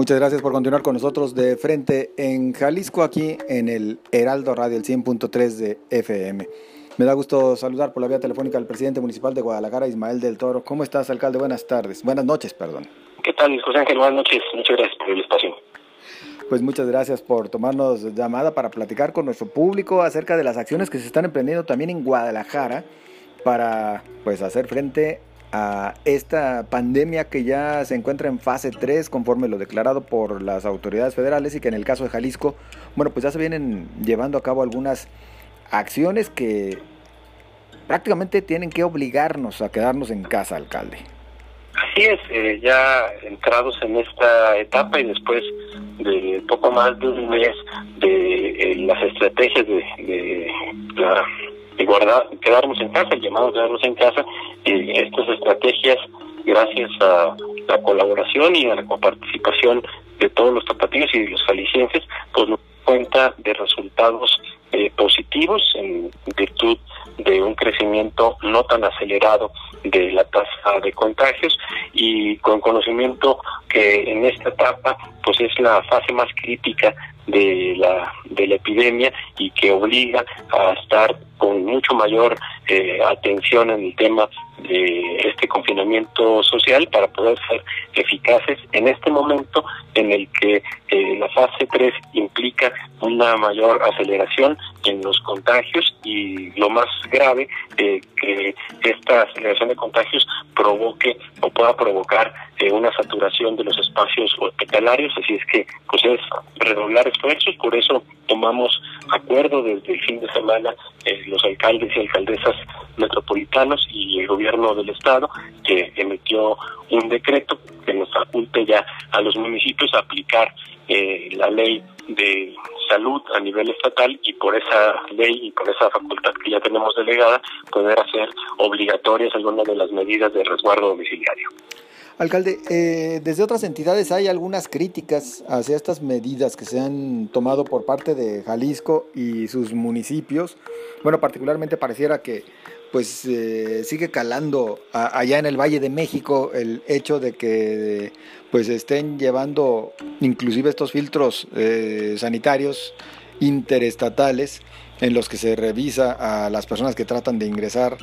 Muchas gracias por continuar con nosotros de frente en Jalisco, aquí en el Heraldo Radio, el 100.3 de FM. Me da gusto saludar por la vía telefónica al presidente municipal de Guadalajara, Ismael del Toro. ¿Cómo estás, alcalde? Buenas tardes. Buenas noches, perdón. ¿Qué tal, José Ángel? Buenas noches. Muchas gracias por el espacio. Pues muchas gracias por tomarnos llamada para platicar con nuestro público acerca de las acciones que se están emprendiendo también en Guadalajara para hacer frente a esta pandemia que ya se encuentra en fase 3 conforme lo declarado por las autoridades federales, y que en el caso de Jalisco, pues ya se vienen llevando a cabo algunas acciones que prácticamente tienen que obligarnos a quedarnos en casa, alcalde. Así es, ya entrados en esta etapa y después de poco más de un mes de las estrategias de guardar, quedarnos en casa, el llamado quedarnos en casa, estas estrategias, gracias a la colaboración y a la coparticipación de todos los tapatíos y de los jaliscienses, pues nos cuenta de resultados positivos en virtud de un crecimiento no tan acelerado de la tasa de contagios, y con conocimiento que en esta etapa pues es la fase más crítica de la epidemia y que obliga a estar con mucho mayor atención en el tema de este confinamiento social para poder ser eficaces en este momento en el que la fase 3 implica una mayor aceleración en los contagios, y lo más grave, que esta aceleración de contagios provoque o pueda provocar una saturación de los espacios hospitalarios. Así es que pues es redoblar esfuerzos. Por eso tomamos acuerdo desde el fin de semana los alcaldes y alcaldesas metropolitanos y el gobierno del estado, que emitió un decreto que nos faculte ya a los municipios a aplicar la ley de salud a nivel estatal, y por esa ley y por esa facultad que ya tenemos delegada, poder hacer obligatorias algunas de las medidas de resguardo domiciliario. Alcalde, desde otras entidades hay algunas críticas hacia estas medidas que se han tomado por parte de Jalisco y sus municipios. Particularmente pareciera que sigue calando allá en el Valle de México el hecho de que estén llevando inclusive estos filtros sanitarios interestatales en los que se revisa a las personas que tratan de ingresar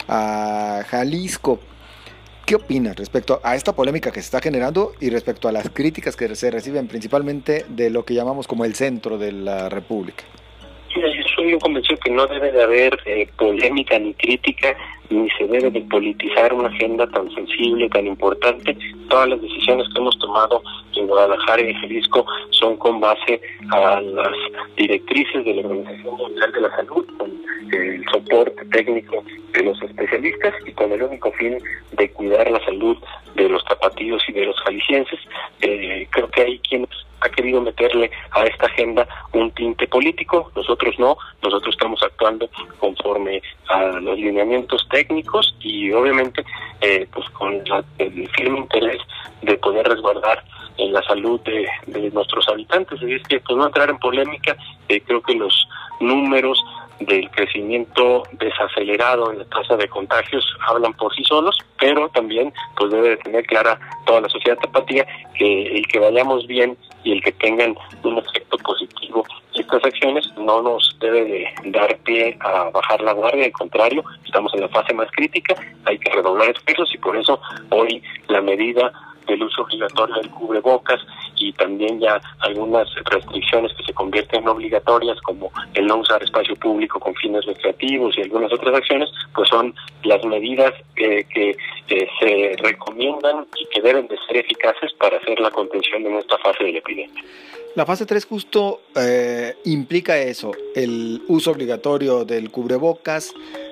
a Jalisco. ¿Qué opinas respecto a esta polémica que se está generando y respecto a las críticas que se reciben principalmente de lo que llamamos como el centro de la República? Mira, yo soy un convencido que no debe de haber polémica ni crítica, ni se debe de politizar una agenda tan sensible, tan importante. Todas las decisiones que hemos tomado en Guadalajara y en Jalisco son con base a las directrices de la Organización Mundial de la Salud, con el soporte técnico de los especialistas y con el único fin de cuidar la salud de los tapatíos y de los jaliscienses. Creo que hay quienes ha querido meterle a esta agenda un tinte político. Nosotros no, nosotros estamos actuando conforme a los lineamientos técnicos y obviamente con el firme interés de poder resguardar en la salud de nuestros habitantes. Y es que no entrar en polémica, creo que los números del crecimiento desacelerado en la tasa de contagios hablan por sí solos, pero también debe de tener clara toda la sociedad tapatía que el que vayamos bien y el que tengan un efecto positivo estas acciones no nos debe de dar pie a bajar la guardia. Al contrario, estamos en la fase más crítica, hay que redoblar esfuerzos, y por eso hoy la medida del uso obligatorio del cubrebocas y también ya algunas restricciones que se convierten en obligatorias, como el no usar espacio público con fines recreativos y algunas otras acciones, son las medidas que se recomiendan y que deben de ser eficaces para hacer la contención en esta fase de la epidemia. La fase 3 justo implica eso, el uso obligatorio del cubrebocas,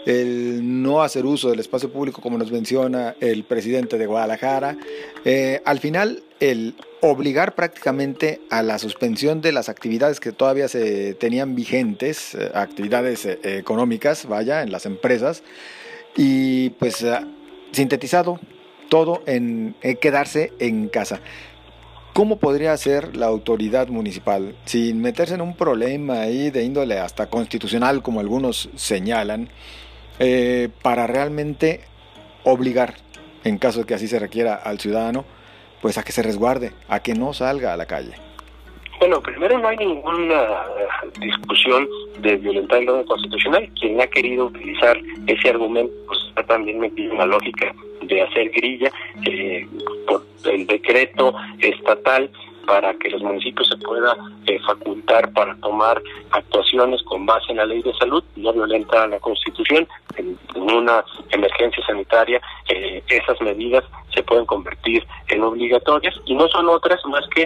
el no hacer uso del espacio público como nos menciona el presidente de Guadalajara, al final el obligar prácticamente a la suspensión de las actividades que todavía se tenían vigentes, actividades económicas, en las empresas, y sintetizado todo en quedarse en casa. ¿Cómo podría hacer la autoridad municipal, sin meterse en un problema ahí de índole hasta constitucional, como algunos señalan, para realmente obligar, en caso de que así se requiera, al ciudadano pues a que se resguarde, a que no salga a la calle. Bueno, primero no hay ninguna discusión de violentar el orden constitucional. Quien ha querido utilizar ese argumento pues está también metido en la lógica de hacer grilla por el decreto estatal para que los municipios se pueda facultar para tomar actuaciones con base en la ley de salud, no violenta la Constitución. En una emergencia sanitaria esas medidas se pueden convertir en obligatorias y no son otras más que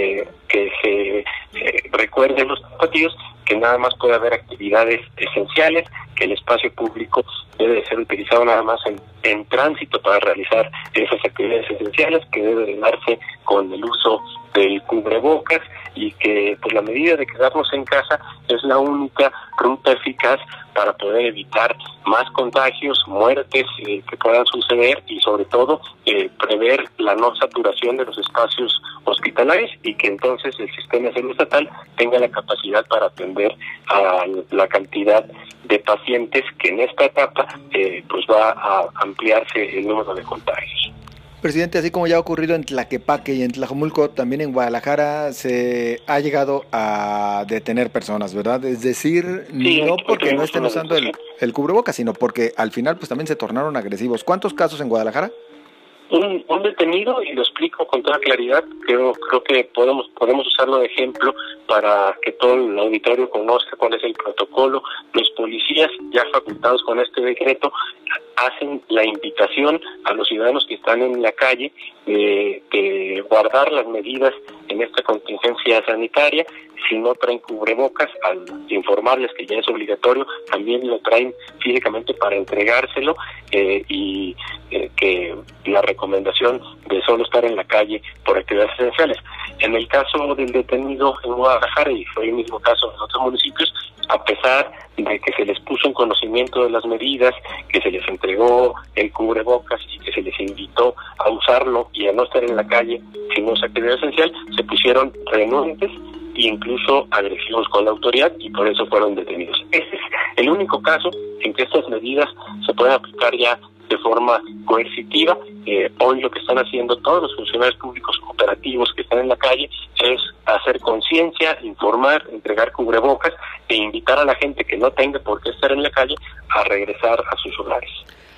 recuerden los partidos que nada más puede haber actividades esenciales, que el espacio público debe ser utilizado nada más en tránsito para realizar esas actividades esenciales, que debe de darse con el uso del cubrebocas y que pues la medida de quedarnos en casa es la única ruta eficaz para poder evitar más contagios, muertes que puedan suceder y sobre todo prever la no saturación de los espacios hospitalarios y que entonces el sistema de salud estatal tenga la capacidad para atender a la cantidad de pacientes que en esta etapa pues va a ampliarse el número de contagios. Presidente, así como ya ha ocurrido en Tlaquepaque y en Tlajomulco, también en Guadalajara se ha llegado a detener personas, ¿verdad? Es decir, sí, no porque no estén usando el cubrebocas, sino porque al final pues también se tornaron agresivos. ¿Cuántos casos en Guadalajara? Un detenido, y lo explico con toda claridad, creo que podemos usarlo de ejemplo para que todo el auditorio conozca cuál es el protocolo. Los policías ya facultados con este decreto hacen la invitación a los ciudadanos que están en la calle de guardar las medidas en esta contingencia sanitaria. Si no traen cubrebocas, al informarles que ya es obligatorio, también lo traen físicamente para entregárselo y que la recomendación de solo estar en la calle por actividades esenciales. En el caso del detenido en Guadalajara, y fue el mismo caso en otros municipios, a pesar de que se les puso en conocimiento de las medidas, que se les entregó el cubrebocas y que se les invitó a usarlo y a no estar en la calle si no es actividad esencial, se pusieron renuentes e incluso agresivos con la autoridad y por eso fueron detenidos. Este es el único caso en que estas medidas se pueden aplicar ya de forma coercitiva. Hoy lo que están haciendo todos los funcionarios públicos operativos que están en la calle es hacer conciencia, informar, entregar cubrebocas e invitar a la gente que no tenga por qué estar en la calle a regresar a sus hogares.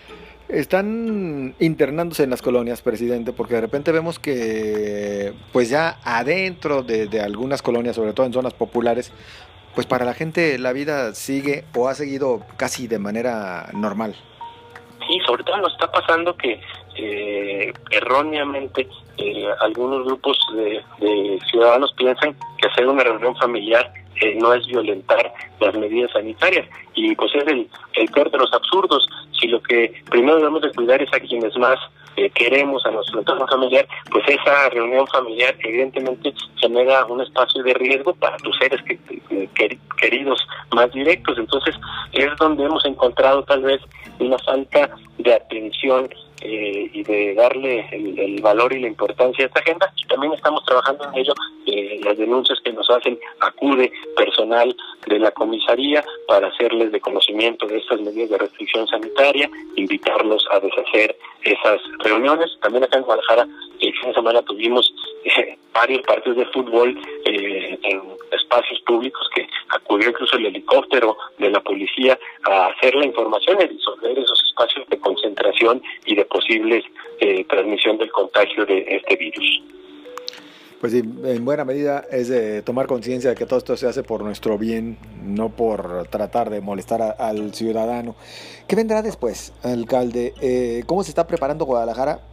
Están internándose en las colonias, presidente, porque de repente vemos que pues ya adentro de algunas colonias, sobre todo en zonas populares, pues para la gente la vida sigue o ha seguido casi de manera normal. Sí, sobre todo nos está pasando que erróneamente algunos grupos de ciudadanos piensan que hacer una reunión familiar no es violentar las medidas sanitarias y pues es el peor de los absurdos. Si lo que primero debemos de cuidar es a quienes más queremos, a nuestro entorno familiar, pues esa reunión familiar evidentemente genera un espacio de riesgo para tus seres queridos más directos. Entonces es donde hemos encontrado tal vez una falta de atención y de darle el valor y la importancia a esta agenda, y también estamos trabajando en ello. Las denuncias que nos hacen, acude personal de la comisaría para hacerles de conocimiento de estas medidas de restricción sanitaria, invitarlos a deshacer esas reuniones. También acá en Guadalajara el fin de semana tuvimos varios partidos de fútbol en espacios públicos que acudió incluso el helicóptero de la policía a hacer la información y disolver esos espacios de concentración y de posibles transmisión del contagio de este virus. Pues sí, en buena medida es de tomar conciencia de que todo esto se hace por nuestro bien, no por tratar de molestar al ciudadano. ¿Qué vendrá después, alcalde? ¿Cómo se está preparando Guadalajara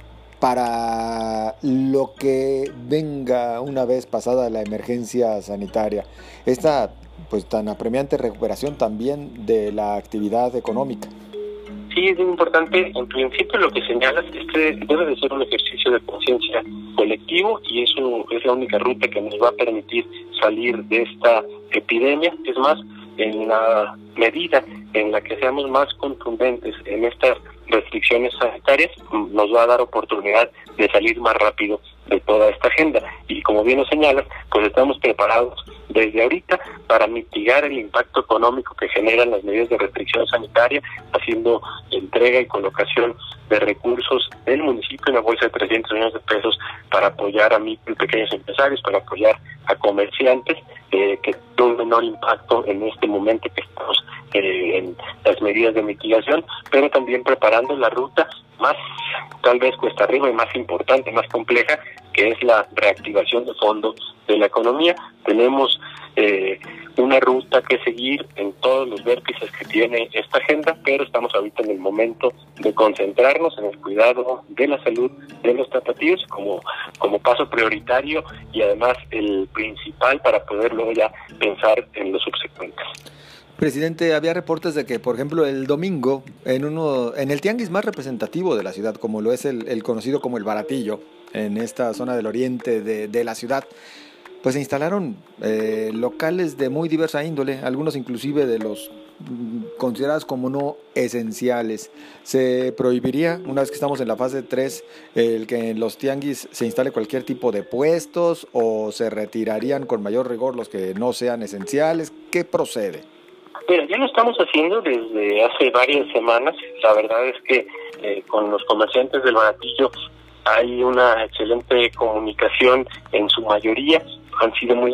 para lo que venga una vez pasada la emergencia sanitaria? Esta pues tan apremiante recuperación también de la actividad económica. Sí, es muy importante. En principio lo que señalas es que debe de ser un ejercicio de conciencia colectivo y eso es la única ruta que nos va a permitir salir de esta epidemia. Es más, en la medida en la que seamos más contundentes en estas restricciones sanitarias, nos va a dar oportunidad de salir más rápido de toda esta agenda. Y como bien lo señalas, pues estamos preparados desde ahorita para mitigar el impacto económico que generan las medidas de restricción sanitaria, haciendo entrega y colocación de recursos del municipio en la bolsa de 300 millones de pesos para apoyar a micro y pequeños empresarios, para apoyar a comerciantes, que tienen un menor impacto en este momento que estamos en las medidas de mitigación, pero también preparando la ruta más, tal vez cuesta arriba y más importante, más compleja, que es la reactivación de fondo de la economía. Tenemos una ruta que seguir en todos los vértices que tiene esta agenda, pero estamos ahorita en el momento de concentrarnos en el cuidado de la salud de los tapatíos como paso prioritario y además el principal para poder luego ya pensar en los subsecuentes. Presidente, había reportes de que, por ejemplo, el domingo, en el tianguis más representativo de la ciudad, como lo es el conocido como el Baratillo, en esta zona del oriente de la ciudad, pues se instalaron locales de muy diversa índole, algunos inclusive de los considerados como no esenciales. ¿Se prohibiría, una vez que estamos en la fase 3, el que en los tianguis se instale cualquier tipo de puestos, o se retirarían con mayor rigor los que no sean esenciales? ¿Qué procede? Mira, ya lo estamos haciendo desde hace varias semanas. La verdad es que con los comerciantes del Baratillo hay una excelente comunicación en su mayoría. Han sido muy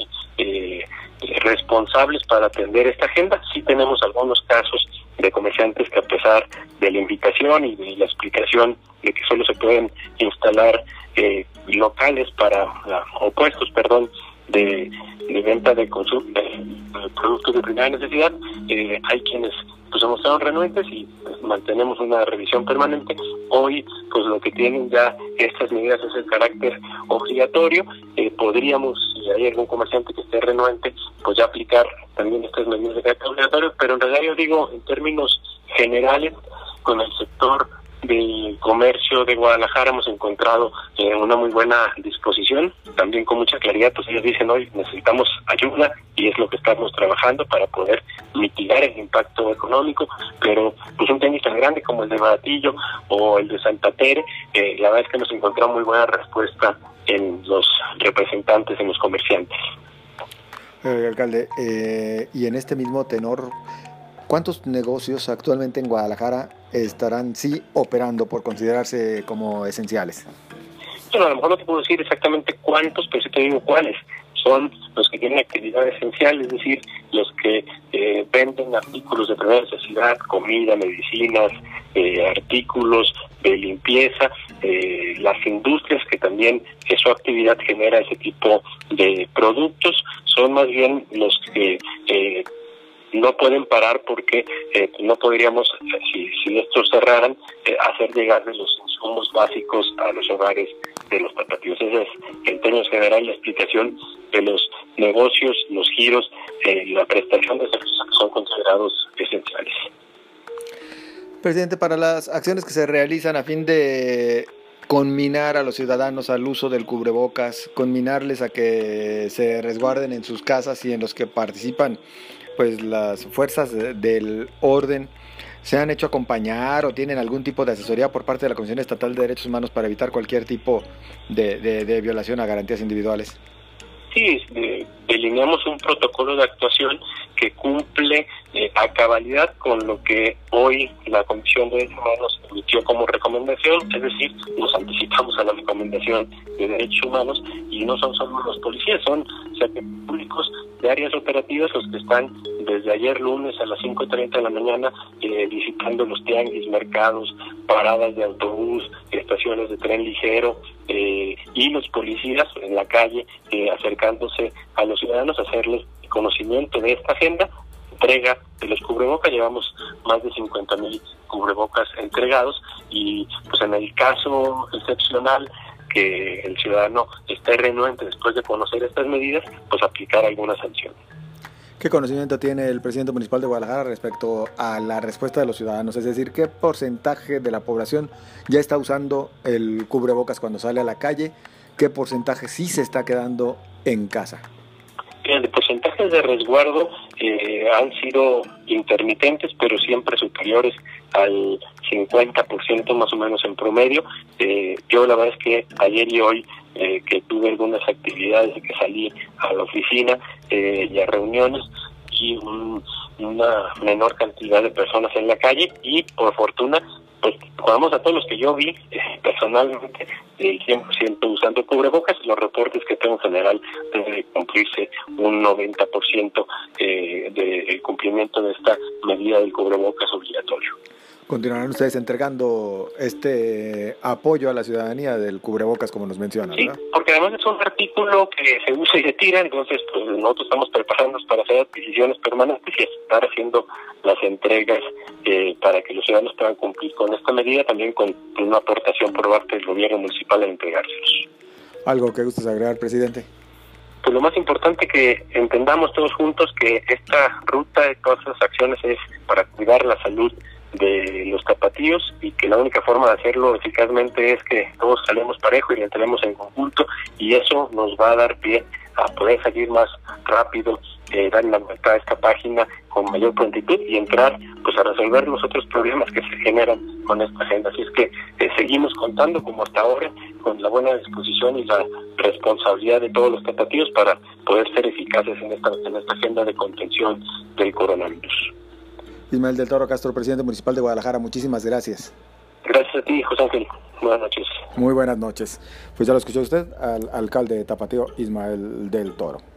responsables para atender esta agenda. Sí tenemos algunos casos de comerciantes que, a pesar de la invitación y de la explicación de que solo se pueden instalar locales o puestos, de venta de consumo de productos de primera necesidad, hay quienes pues se mostraron renuentes y pues, mantenemos una revisión permanente. Hoy pues lo que tienen ya estas medidas es el carácter obligatorio. Podríamos, si hay algún comerciante que esté renuente, pues ya aplicar también estas medidas de carácter obligatorio, pero en realidad yo digo en términos generales, con el sector del comercio de Guadalajara hemos encontrado una muy buena disposición, también con mucha claridad. Pues ellos dicen: hoy necesitamos ayuda, y es lo que estamos trabajando para poder mitigar el impacto económico. Pero pues un tianguis tan grande como el de Baratillo o el de Santa Tere, la verdad es que hemos encontrado muy buena respuesta en los representantes, en los comerciantes. Alcalde, y en este mismo tenor, ¿cuántos negocios actualmente en Guadalajara estarán operando por considerarse como esenciales? Bueno, a lo mejor no te puedo decir exactamente cuántos, pero sí te digo cuáles. Son los que tienen actividad esencial, es decir, los que venden artículos de primera necesidad, comida, medicinas, artículos de limpieza, las industrias que también su actividad genera ese tipo de productos. Son más bien los que no pueden parar, porque no podríamos, si estos cerraran, hacer llegar de los insumos básicos a los hogares de los tapatíos. Esa es, en términos generales, la explicación de los negocios, los giros, la prestación de servicios que son considerados esenciales. Presidente, para las acciones que se realizan a fin de conminar a los ciudadanos al uso del cubrebocas, conminarles a que se resguarden en sus casas, y en los que participan pues las fuerzas del orden, ¿se han hecho acompañar o tienen algún tipo de asesoría por parte de la Comisión Estatal de Derechos Humanos para evitar cualquier tipo de violación a garantías individuales? Sí, delineamos un protocolo de actuación que cumple a cabalidad con lo que hoy la Comisión de Derechos Humanos emitió como recomendación. Es decir, nos anticipamos a la recomendación de Derechos Humanos, y no son solo los policías, son servicios públicos de áreas operativas los que están desde ayer lunes a las 5:30 de la mañana visitando los tianguis, mercados, paradas de autobús, estaciones de tren ligero, y los policías en la calle acercándose a los ciudadanos a hacerles conocimiento de esta agenda, entrega de los cubrebocas. Llevamos más de 50,000 cubrebocas entregados, y pues en el caso excepcional que el ciudadano esté renuente después de conocer estas medidas, pues aplicar alguna sanción. ¿Qué conocimiento tiene el presidente municipal de Guadalajara respecto a la respuesta de los ciudadanos? Es decir, ¿qué porcentaje de la población ya está usando el cubrebocas cuando sale a la calle? ¿Qué porcentaje sí se está quedando en casa? Los porcentajes de resguardo han sido intermitentes, pero siempre superiores al 50% más o menos en promedio. Yo la verdad es que ayer y hoy, que tuve algunas actividades y que salí a la oficina, y a reuniones y una menor cantidad de personas en la calle, y por fortuna pues vamos, a todos los que yo vi personalmente, el 100% usando cubrebocas. Los reportes que tengo en general debe cumplirse un 90% del cumplimiento de esta medida del cubrebocas obligatorio. ¿Continuarán ustedes entregando este apoyo a la ciudadanía del cubrebocas, como nos mencionan, sí, ¿verdad? Porque además es un artículo que se usa y se tira, entonces pues nosotros estamos preparándonos para hacer adquisiciones permanentes y estar haciendo las entregas para que los ciudadanos puedan cumplir con esta medida, también con una aportación por parte del gobierno municipal en entregárselos. ¿Algo que gustes agregar, presidente? Pues lo más importante que entendamos todos juntos que esta ruta de todas esas acciones es para cuidar la salud de los tapatíos, y que la única forma de hacerlo eficazmente es que todos salemos parejo y le entremos en conjunto, y eso nos va a dar pie a poder salir más rápido, dar la vuelta a esta página con mayor prontitud y entrar pues a resolver los otros problemas que se generan con esta agenda. Así es que seguimos contando como hasta ahora con la buena disposición y la responsabilidad de todos los tapatíos para poder ser eficaces en esta agenda de contención del coronavirus. Ismael del Toro Castro, presidente municipal de Guadalajara, muchísimas gracias. Gracias a ti, José Ángel. Buenas noches. Muy buenas noches. Pues ya lo escuchó usted, al alcalde de Tapatío, Ismael del Toro.